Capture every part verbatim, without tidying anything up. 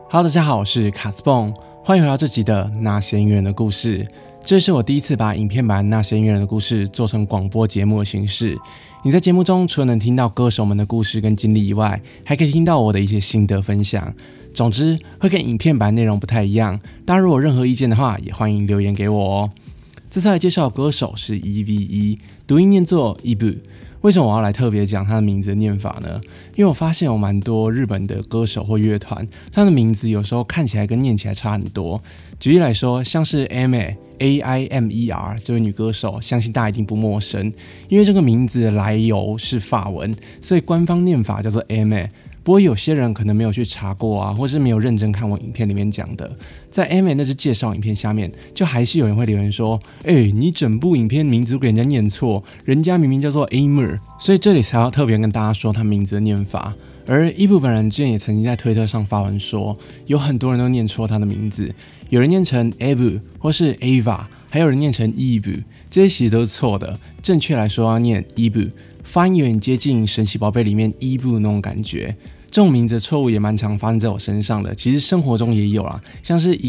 Hello， 大家好，我是卡斯蹦，欢迎回到这集的那些音乐人的故事。这是我第一次把影片版那些音乐人的故事做成广播节目的形式。你在节目中除了能听到歌手们的故事跟经历以外，还可以听到我的一些心得分享。总之会跟影片版内容不太一样，大家如果有任何意见的话，也欢迎留言给我哦。这次来介绍的歌手是 E V E， 读音念作 Ibu。为什么我要来特别讲他的名字的念法呢？因为我发现有蛮多日本的歌手或乐团，他的名字有时候看起来跟念起来差很多。举例来说，像是 Aimer A I M E R 这位女歌手，相信大家一定不陌生，因为这个名字的来由是法文，所以官方念法叫做 Aimer。不过有些人可能没有去查过啊，或是没有认真看我影片里面讲的，在 Aimer 那支介绍影片下面，就还是有人会留言说：“哎、欸，你整部影片名字都给人家念错，人家明明叫做 Aimer。”所以这里才要特别跟大家说他名字的念法。而Ibu本人之前也曾经在推特上发文说，有很多人都念错他的名字，有人念成 Abu 或是 Ava， 还有人念成 Ibu， 这些其实都是错的。正确来说要念 Ibu， 发音有点接近神奇宝贝里面伊布那种感觉。这种名字的错误也蛮常发生在我身上的，其实生活中也有啦，像是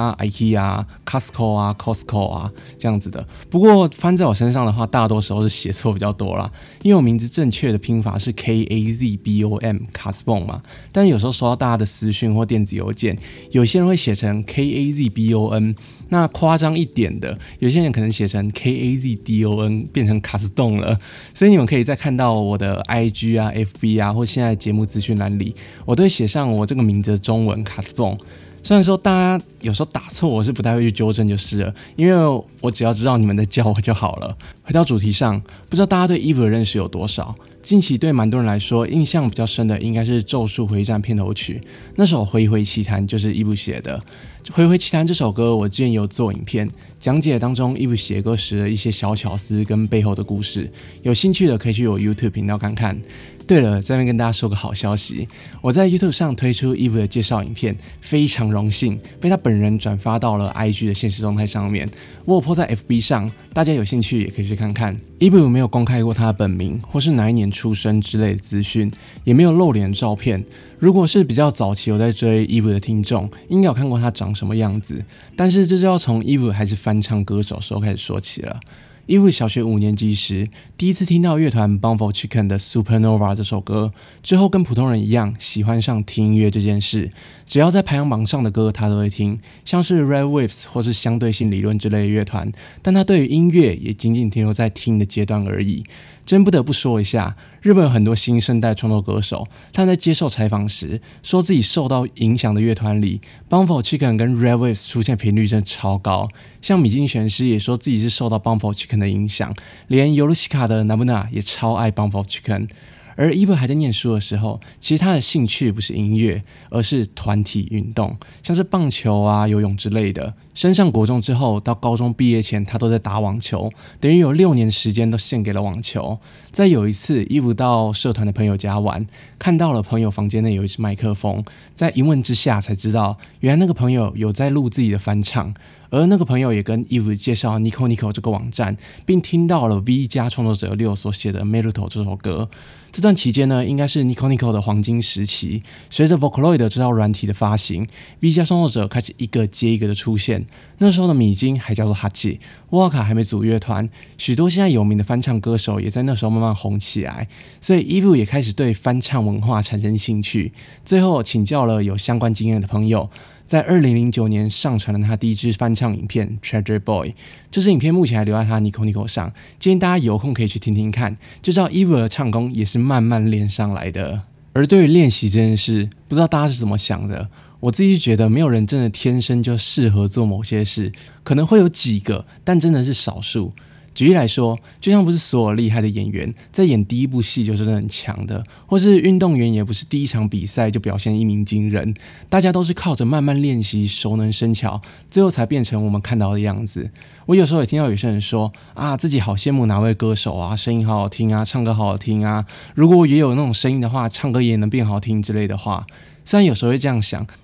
IKEA、IKEA、Costco 啊、Costco 啊这样子的。不过翻在我身上的话，大多时候是写错比较多啦，因为我名字正确的拼法是 K A Z B O M 卡斯蹦嘛，但有时候收到大家的私讯或电子邮件，有些人会写成 K A Z B O N， 那夸张一点的，有些人可能写成 K A Z D O N 变成卡斯洞了。所以你们可以再看到我的 I G 啊、F B 啊，或现在节目资讯栏里，我都会写上我这个名字的中文卡斯蹦。虽然说大家有时候打错，我是不太会去纠正就是了，因为我只要知道你们在叫我就好了。回到主题上，不知道大家对 Ibu 的认识有多少？近期对蛮多人来说，印象比较深的应该是《咒术回战》片头曲，那首《回回奇谭》就是 Ibu 写的。《回回奇谭》这首歌，我之前有做影片讲解当中 Ibu 写歌时的一些小巧思跟背后的故事，有兴趣的可以去我 YouTube 频道看看。对了，在这边跟大家说个好消息，我在 YouTube 上推出 Ibu 的介绍影片，非常荣幸被他本人转发到了 I G 的限时动态上面，我有 po 在 F B 上，大家有兴趣也可以去看看。Ibu 没有公开过他的本名或是哪一年出生之类的资讯，也没有露脸照片。如果是比较早期有在追 Ibu 的听众，应该有看过他长什么样子，但是这就要从 Ibu 还是翻唱歌手的时候开始说起了。Ibu 小学五年级时，第一次听到乐团 Bumble Chicken 的 Supernova 这首歌，之后跟普通人一样喜欢上听音乐这件事。只要在排行榜上的歌，他都会听，像是 Red Waves 或是相对性理论之类的乐团。但他对于音乐也仅仅停留在听的阶段而已。真不得不说一下，日本有很多新生代创作歌手，他们在接受采访时说自己受到影响的乐团里 Bumble Chicken 跟 Red Waves 出现频率真的超高。像米津玄师也说自己是受到 Bumble Chicken 的影响，连 Yorushika 的 Nabuna 也超爱 Bumble Chicken。而 Ibu 还在念书的时候，其实他的兴趣不是音乐，而是团体运动，像是棒球啊、游泳之类的。升上国中之后，到高中毕业前，他都在打网球，等于有六年时间都献给了网球。在有一次 Ibu 到社团的朋友家玩，看到了朋友房间内有一支麦克风，在一问之下才知道，原来那个朋友有在录自己的翻唱。而那个朋友也跟 Ibu 介绍 Nico Nico 这个网站，并听到了 V 加创作者六所写的 Meruto 这首歌。这段期间呢，应该是 Nico Nico 的黄金时期。随着 Vocaloid 这套软体的发行， V 加创作者开始一个接一个的出现。那时候的米津还叫做 Hachi， 沃卡还没组乐团，许多现在有名的翻唱歌手也在那时候慢慢红起来，所以 Ibu 也开始对翻唱文化产生兴趣。最后请教了有相关经验的朋友，在二零零九年上传了他第一支翻唱影片 Treasure Boy， 这支影片目前还留在他 Nico Nico 上，建议大家有空可以去听听看，就知道 Ibu 的唱功也是慢慢练上来的。而对于练习这件事，不知道大家是怎么想的？我自己觉得没有人真的天生就适合做某些事，可能会有几个，但真的是少数。举例来说，就像不是所有厉害的演员在演第一部戏就是很强的，或是运动员也不是第一场比赛就表现一鸣惊人，大家都是靠着慢慢练习熟能生巧，最后才变成我们看到的样子。我有时候也听到有些人说啊，自己好羡慕哪位歌手啊，声音好好听啊，唱歌好好听啊，如果我也有那种声音的话，唱歌也能变好听之类的话。虽然有时候会这样想，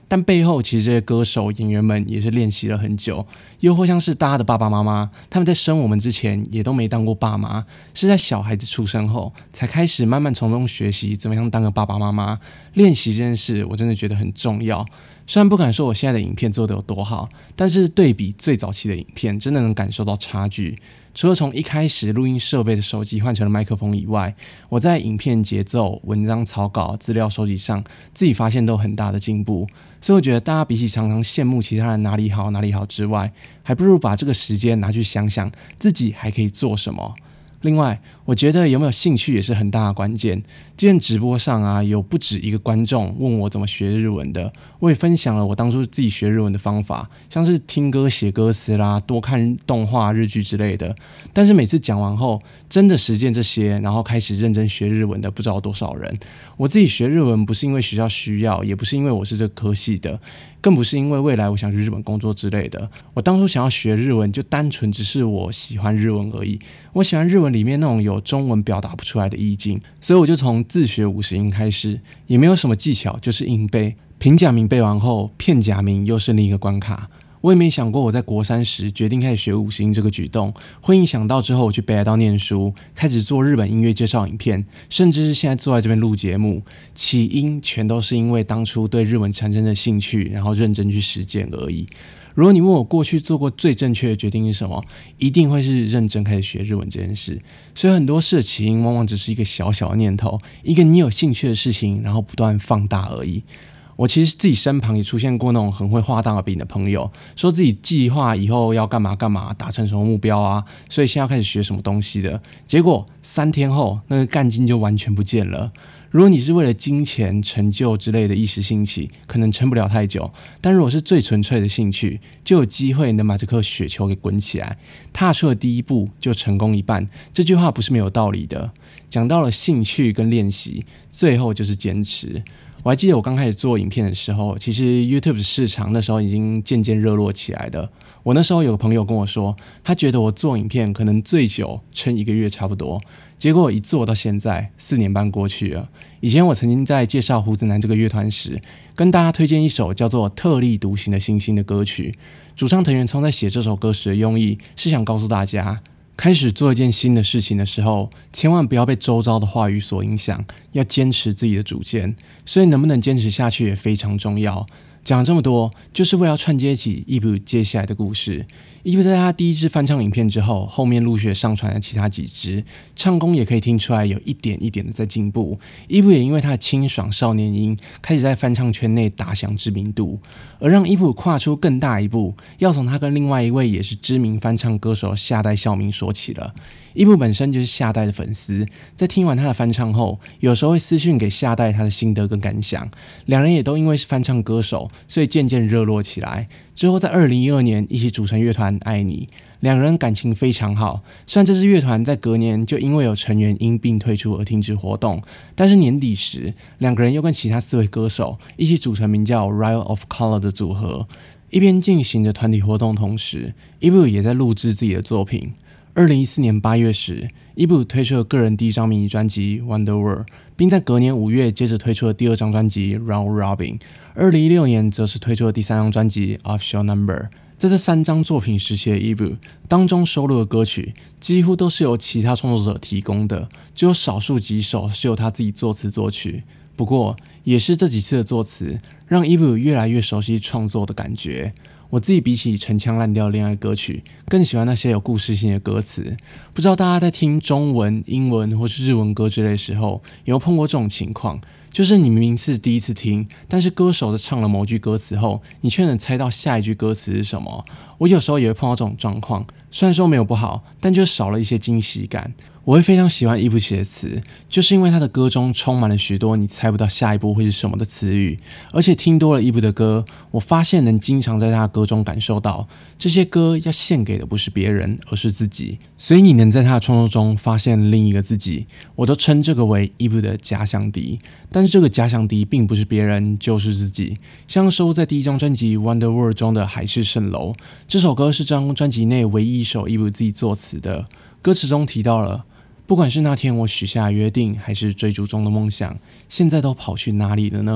但背后其实这些歌手演员们也是练习了很久，又或像是大家的爸爸妈妈，他们在生我们之前也都没当过爸妈，是在小孩子出生后才开始慢慢从中学习怎么样当个爸爸妈妈。练习这件事我真的觉得很重要，虽然不敢说我现在的影片做得有多好，但是对比最早期的影片真的能感受到差距。除了从一开始录音设备的手机换成了麦克风以外，我在影片节奏、文章草稿、资料收集上自己发现都有很大的进步。所以我觉得大家比起常常羡慕其他人哪里好哪里好之外，还不如把这个时间拿去想想自己还可以做什么。另外，我觉得有没有兴趣也是很大的关键。今天直播上啊，有不止一个观众问我怎么学日文的，我也分享了我当初自己学日文的方法，像是听歌、写歌词啦，多看动画、日剧之类的。但是每次讲完后，真的实践这些，然后开始认真学日文的，不知道多少人。我自己学日文不是因为学校需要，也不是因为我是这个科系的，更不是因为未来我想去日本工作之类的。我当初想要学日文，就单纯只是我喜欢日文而已。我喜欢日文里面那种有中文表达不出来的意境，所以我就从自学五十音开始，也没有什么技巧，就是硬背。平假名背完后，片假名又是另一个关卡。我也没想过我在国三时决定开始学五十音这个举动，会影响到之后我去北海道念书，开始做日本音乐介绍影片，甚至是现在坐在这边录节目。起因全都是因为当初对日文产生的兴趣，然后认真去实践而已。如果你问我过去做过最正确的决定是什么，一定会是认真开始学日文这件事。所以很多事的起因往往只是一个小小的念头，一个你有兴趣的事情，然后不断放大而已。我其实自己身旁也出现过那种很会画大饼的朋友，说自己计划以后要干嘛干嘛，达成什么目标啊，所以现在要开始学什么东西的。结果三天后，那个干劲就完全不见了。如果你是为了金钱、成就之类的一时兴起，可能撑不了太久；但如果是最纯粹的兴趣，就有机会能把这颗雪球给滚起来。踏出了第一步，就成功一半。这句话不是没有道理的。讲到了兴趣跟练习，最后就是坚持。我还记得我刚开始做影片的时候，其实 YouTube 的市场那时候已经渐渐热络起来的。我那时候有个朋友跟我说，他觉得我做影片可能最久撑一个月差不多。结果一做到现在，四年半过去了。以前我曾经在介绍胡子男这个乐团时，跟大家推荐一首叫做《特立独行的星星》的歌曲。主唱藤原聪在写这首歌时的用意是想告诉大家，开始做一件新的事情的时候，千万不要被周遭的话语所影响，要坚持自己的主见。所以能不能坚持下去也非常重要。讲了这么多，就是为了要串接起伊布接下来的故事。伊布在他第一支翻唱影片之后，后面陆续上传了其他几支，唱功也可以听出来有一点一点的在进步。伊布也因为他的清爽少年音，开始在翻唱圈内打响知名度。而让伊布跨出更大一步，要从他跟另外一位也是知名翻唱歌手夏代孝明说起了。伊布本身就是夏代的粉丝，在听完他的翻唱后，有时候会私讯给夏代他的心得跟感想。两人也都因为是翻唱歌手，所以渐渐热络起来。之后在二零一二年一起组成乐团爱你，两人感情非常好。虽然这支乐团在隔年就因为有成员因病退出而停止活动，但是年底时，两个人又跟其他四位歌手一起组成名叫 Riot of Color 的组合。一边进行着团体活动同时，伊布也在录制自己的作品。二零一四年八月时，伊布推出了个人第一张迷你专辑《Wonder World》，并在隔年五月接着推出了第二张专辑《Round Robin》。二零一六年则是推出了第三张专辑《Official Number》。在这三张作品时期的伊布当中收录的歌曲，几乎都是由其他创作者提供的，只有少数几首是由他自己作词作曲。不过，也是这几次的作词，让伊布越来越熟悉创作的感觉。我自己比起陈腔滥调恋爱歌曲，更喜欢那些有故事性的歌词。不知道大家在听中文、英文或是日文歌之类的时候，有没有碰过这种情况？就是你明明是第一次听，但是歌手在唱了某句歌词后，你却能猜到下一句歌词是什么。我有时候也会碰到这种状况，虽然说没有不好，但就少了一些惊喜感。我会非常喜欢伊布写的词，就是因为他的歌中充满了许多你猜不到下一步会是什么的词语。而且听多了伊布的歌，我发现能经常在他的歌中感受到，这些歌要献给的不是别人，而是自己。所以你能在他的创作中发现另一个自己，我都称这个为伊布的假想敌。但是这个假想敌并不是别人，就是自己。像收录在第一张专辑《Wonder World》中的《海市蜃楼》，这首歌是这张专辑内唯一一首伊布自己作词的。歌词中提到了，不管是那天我许下约定，还是追逐中的梦想，现在都跑去哪里了呢？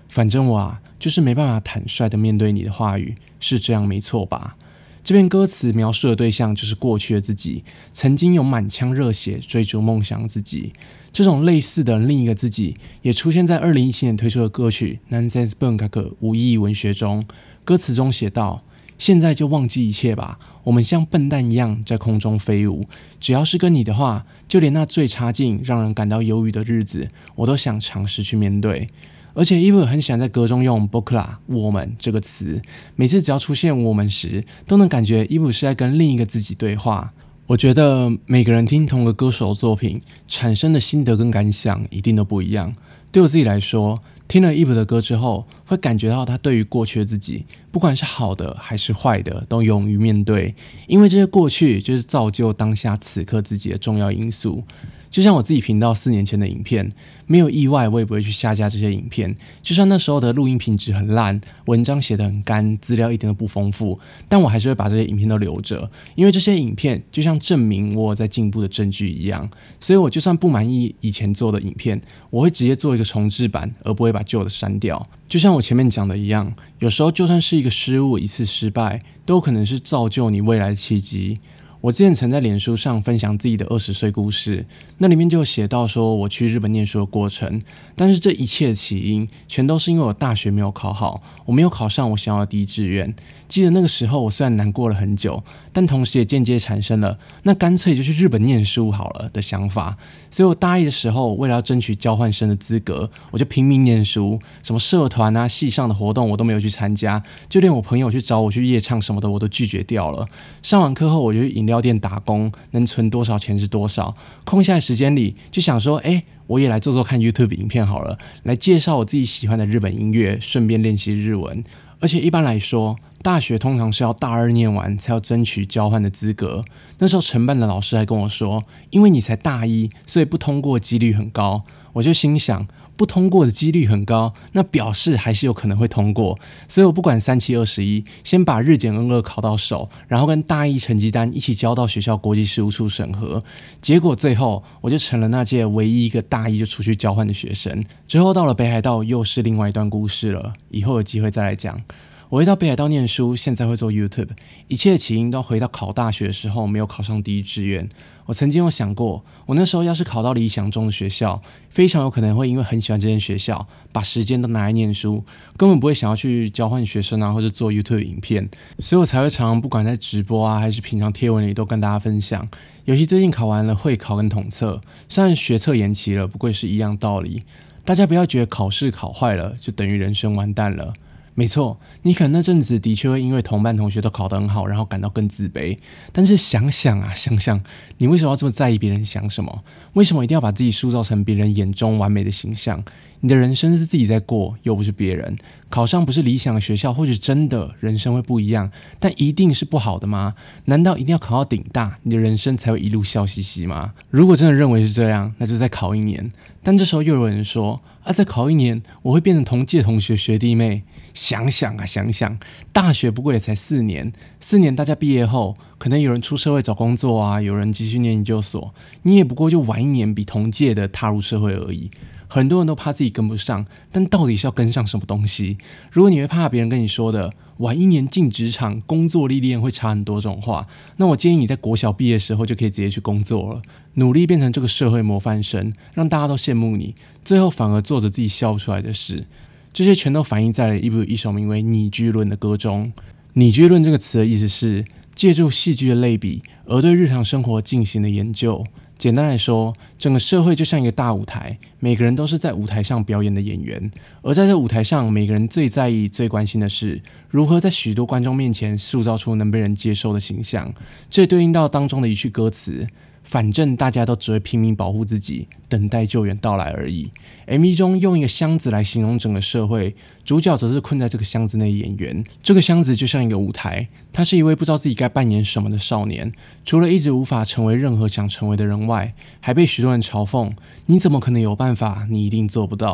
反正我啊，就是没办法坦率的面对你的话语，是这样没错吧？这篇歌词描述的对象就是过去的自己，曾经有满腔热血追逐梦想的自己。这种类似的另一个自己，也出现在二零一七年推出的歌曲《Nonsense Bungaku》无意义文学中。歌词中写道：现在就忘记一切吧，我们像笨蛋一样在空中飞舞。只要是跟你的话，就连那最差劲、让人感到忧郁的日子，我都想尝试去面对。而且 Eve 很喜欢在歌中用 Bokura 我们这个词，每次只要出现我们时，都能感觉 Eve 是在跟另一个自己对话。我觉得每个人听同个歌手的作品产生的心得跟感想一定都不一样。对我自己来说，听了 Eve 的歌之后，会感觉到他对于过去的自己，不管是好的还是坏的，都勇于面对，因为这些过去就是造就当下此刻自己的重要因素。就像我自己频道四年前的影片，没有意外我也不会去下架这些影片，就算那时候的录音品质很烂，文章写得很干，资料一点都不丰富，但我还是会把这些影片都留着，因为这些影片就像证明我有在进步的证据一样。所以我就算不满意以前做的影片，我会直接做一个重制版，而不会把旧的删掉。就像我前面讲的一样，有时候就算是一个失误，一次失败，都有可能是造就你未来的契机。我之前曾在脸书上分享自己的二十岁故事，那里面就有写到说我去日本念书的过程，但是这一切的起因全都是因为我大学没有考好，我没有考上我想要的第一志愿。记得那个时候我虽然难过了很久，但同时也间接产生了那干脆就去日本念书好了的想法。所以我大一的时候，为了要争取交换生的资格，我就拼命念书，什么社团啊系上的活动我都没有去参加，就连我朋友去找我去夜唱什么的我都拒绝掉了。上完课后我就去饮料店打工，能存多少钱是多少，空下来时间里就想说，哎，我也来做做看 YouTube 影片好了，来介绍我自己喜欢的日本音乐，顺便练习日文。而且一般来说，大学通常是要大二念完才要争取交换的资格。那时候承办的老师还跟我说，因为你才大一，所以不通过几率很高。我就心想，不通过的几率很高，那表示还是有可能会通过。所以我不管三七二十一，先把日检 N 二考到手，然后跟大一成绩单一起交到学校国际事务处审核。结果最后我就成了那届唯一一个大一就出去交换的学生。之后到了北海道又是另外一段故事了，以后有机会再来讲。我回到北海道念书，现在会做 YouTube， 一切的起因都回到考大学的时候没有考上第一志愿。我曾经有想过，我那时候要是考到理想中的学校，非常有可能会因为很喜欢这间学校，把时间都拿来念书，根本不会想要去交换学生啊，或者做 YouTube 影片。所以我才会常常不管在直播啊，还是平常贴文里都跟大家分享。尤其最近考完了会考跟统测，虽然学测延期了，不过是一样道理。大家不要觉得考试考坏了就等于人生完蛋了。没错，你可能那阵子的确会因为同班同学都考得很好，然后感到更自卑。但是想想啊，想想你为什么要这么在意别人想什么？为什么一定要把自己塑造成别人眼中完美的形象？你的人生是自己在过，又不是别人。考上不是理想的学校，或许真的人生会不一样，但一定是不好的吗？难道一定要考到顶大，你的人生才会一路笑嘻嘻吗？如果真的认为是这样，那就再考一年。但这时候又有人说，啊，再考一年，我会变成同届同学学弟妹。想想啊，想想，大学不过也才四年，四年大家毕业后，可能有人出社会找工作啊，有人继续念研究所，你也不过就晚一年比同届的踏入社会而已。很多人都怕自己跟不上，但到底是要跟上什么东西？如果你会怕别人跟你说的晚一年进职场，工作历练会差很多这种话，那我建议你在国小毕业的时候就可以直接去工作了，努力变成这个社会模范生，让大家都羡慕你，最后反而做着自己笑不出来的事。这些全都反映在了一部一首名为《拟剧论》的歌中。拟剧论这个词的意思是借助戏剧的类比而对日常生活进行的研究。简单来说，整个社会就像一个大舞台，每个人都是在舞台上表演的演员，而在这舞台上，每个人最在意、最关心的是如何在许多观众面前塑造出能被人接受的形象。这对应到当中的一句歌词，反正大家都只会拼命保护自己，等待救援到来而已。M V 中用一个箱子来形容整个社会，主角则是困在这个箱子内的演员。这个箱子就像一个舞台，他是一位不知道自己该扮演什么的少年，除了一直无法成为任何想成为的人外，还被许多人嘲讽，你怎么可能有办法，你一定做不到。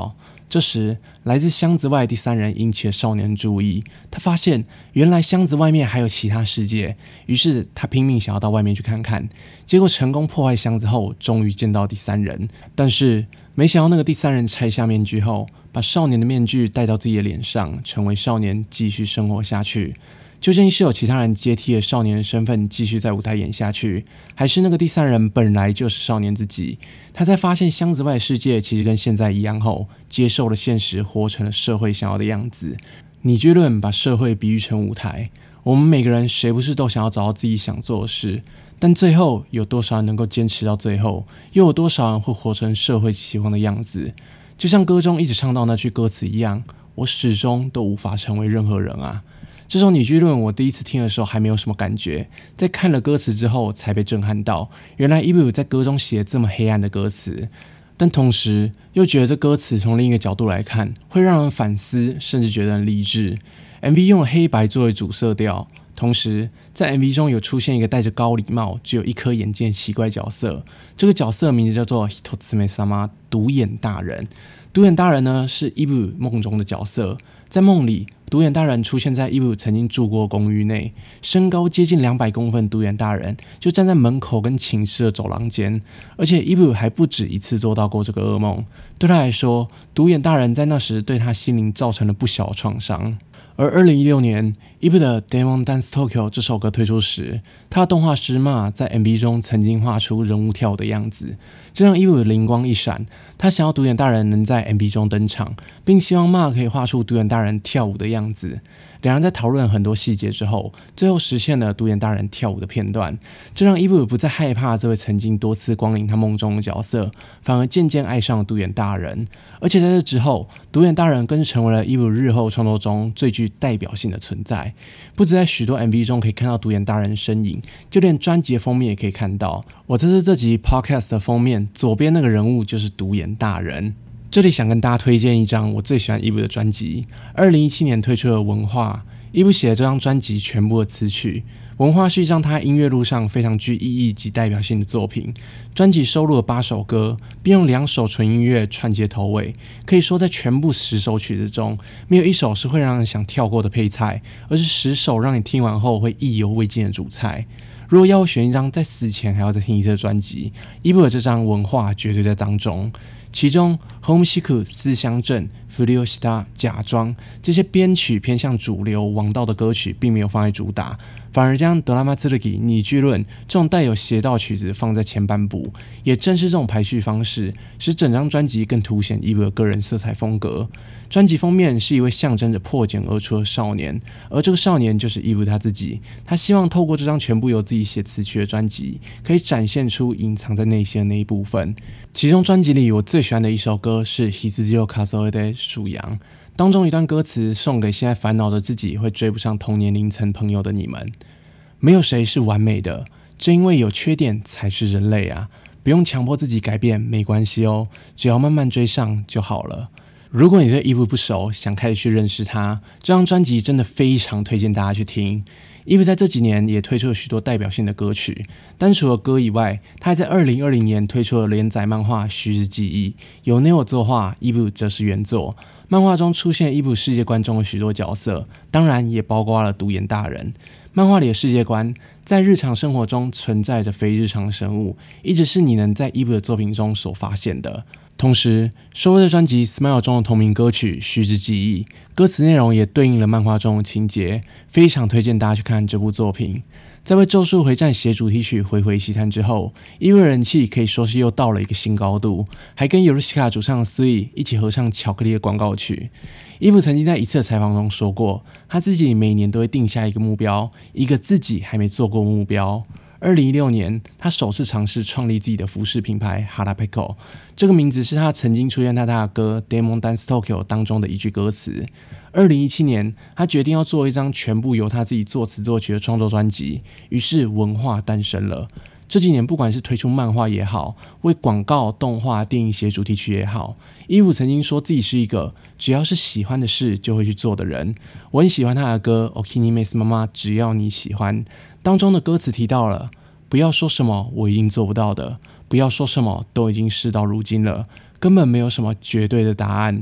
这时，来自箱子外的第三人引起了少年注意。他发现原来箱子外面还有其他世界，于是他拼命想要到外面去看看。结果成功破坏箱子后，终于见到第三人。但是没想到那个第三人拆下面具后，把少年的面具戴到自己的脸上，成为少年继续生活下去。究竟是有其他人接替了少年的身份继续在舞台演下去，还是那个第三人本来就是少年自己？他在发现箱子外的世界其实跟现在一样后，接受了现实，活成了社会想要的样子。拟剧论把社会比喻成舞台，我们每个人谁不是都想要找到自己想做的事？但最后有多少人能够坚持到最后？又有多少人会活成社会期望的样子？就像歌中一直唱到那句歌词一样，我始终都无法成为任何人啊。这首拟剧论我第一次听的时候还没有什么感觉，在看了歌词之后才被震撼到，原来 Eve 在歌中写这么黑暗的歌词，但同时又觉得这歌词从另一个角度来看会让人反思，甚至觉得很励志。 M V 用了黑白作为主色调，同时在 M V 中有出现一个戴着高礼帽只有一颗眼睛的奇怪角色，这个角色的名字叫做 Hitotsume Sama 独眼大人。独眼大人呢是 Eve 梦中的角色，在梦里独眼大人出现在 Eve 曾经住过公寓内，身高接近两百公分的独眼大人就站在门口跟寝室的走廊间，而且 Eve 还不止一次做到过这个噩梦。对他来说，独眼大人在那时对他心灵造成了不小的创伤。而二零一六年 Eve 的 Demon Dance Tokyo 这首歌推出时，他的动画师 Ma 在 M V 中曾经画出人物跳舞的样子，这让 Eve 灵光一闪，他想要独眼大人能在 M V 中登场，并希望 Ma 可以画出独眼大人跳舞的样子。两人在讨论很多细节之后，最后实现了独眼大人跳舞的片段，这让 Eve 不再害怕这位曾经多次光临他梦中的角色，反而渐渐爱上了独眼大人。而且在这之后，独眼大人更是成为了 Eve 日后创作中最具代表性的存在。不只在许多 M V 中可以看到独眼大人的身影，就连专辑的封面也可以看到。我这次这集 Podcast 的封面左边那个人物就是独眼大人。这里想跟大家推荐一张我最喜欢 Eve 的专辑，二零一七年推出的《文化》。Eve 写的这张专辑全部的词曲，《文化》是一张他音乐路上非常具意义及代表性的作品。专辑收录了八首歌，并用两首纯音乐串接头尾，可以说在全部十首曲子中，没有一首是会让人想跳过的配菜，而是十首让你听完后会意犹未尽的主菜。如果要我选一张在死前还要再听一次的专辑， Eve 的这张《文化》绝对在当中。其中 Homesick 思乡镇、Furiosita 假装这些编曲偏向主流王道的歌曲并没有放在主打，反而将 Drama Tsurugi 拟剧论这种带有邪道曲子放在前半部。也正是这种排序方式，使整张专辑更凸显 Eve 的个人色彩风格。专辑封面是一位象征着破茧而出的少年，而这个少年就是 Eve 他自己。他希望透过这张全部由自己写词曲的专辑，可以展现出隐藏在内心的那一部分。其中专辑里我最喜欢的一首歌是 Hizuyo Kazoe de 属羊，当中一段歌词送给现在烦恼着自己会追不上同年龄层朋友的你们。没有谁是完美的，正因为有缺点才是人类啊，不用强迫自己改变，没关系哦，只要慢慢追上就好了。如果你对 Eve 不熟，想开始去认识他，这张专辑真的非常推荐大家去听。Eve 在这几年也推出了许多代表性的歌曲，但除了歌以外，他还在二零二零年推出了连载漫画《虚日记忆》，由 Neo 作画， Eve 则是原作。漫画中出现 Eve 世界观中的许多角色，当然也包括了独眼大人。漫画里的世界观在日常生活中存在着非日常的生物，一直是你能在 Eve 的作品中所发现的。同时，收录在专辑《Smile》中的同名歌曲《虚日记忆》，歌词内容也对应了漫画中的情节，非常推荐大家去看这部作品。在为《咒术回战》写主题曲《回回西滩》之后，Eve人气可以说是又到了一个新高度，还跟 Yorushika 主唱 Sui 一起合唱巧克力的广告曲。Eve 曾经在一次的采访中说过，他自己每年都会定下一个目标，一个自己还没做过的目标。二零一六年，他首次尝试创立自己的服饰品牌 Harapeko， 这个名字是他曾经出现在他的歌《Demon Dance Tokyo》当中的一句歌词。二零一七年，他决定要做一张全部由他自己作词作曲的创作专辑，于是文化诞生了。这几年不管是推出漫画也好，为广告、动画、电影写主题曲也好，Eve曾经说自己是一个只要是喜欢的事就会去做的人。我很喜欢他的歌《Okinimes Mama》，只要你喜欢。当中的歌词提到了，不要说什么我一定做不到的，不要说什么都已经事到如今了，根本没有什么绝对的答案。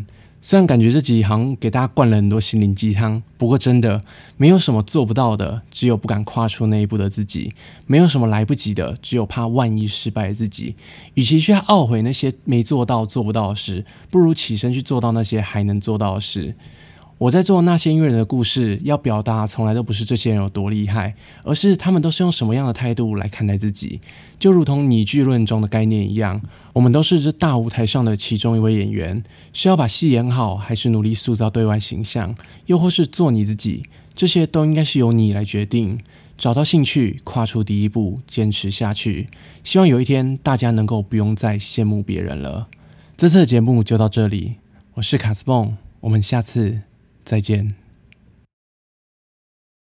虽然感觉这集好像给大家灌了很多心灵鸡汤，不过真的没有什么做不到的，只有不敢跨出那一步的自己；没有什么来不及的，只有怕万一失败的自己。与其去懊悔那些没做到、做不到的事，不如起身去做到那些还能做到的事。我在做那些音乐人的故事，要表达从来都不是这些人有多厉害，而是他们都是用什么样的态度来看待自己。就如同拟剧论中的概念一样，我们都是这大舞台上的其中一位演员，是要把戏演好，还是努力塑造对外形象，又或是做你自己，这些都应该是由你来决定。找到兴趣，跨出第一步，坚持下去。希望有一天大家能够不用再羡慕别人了。这次的节目就到这里，我是卡斯蹦，我们下次再见。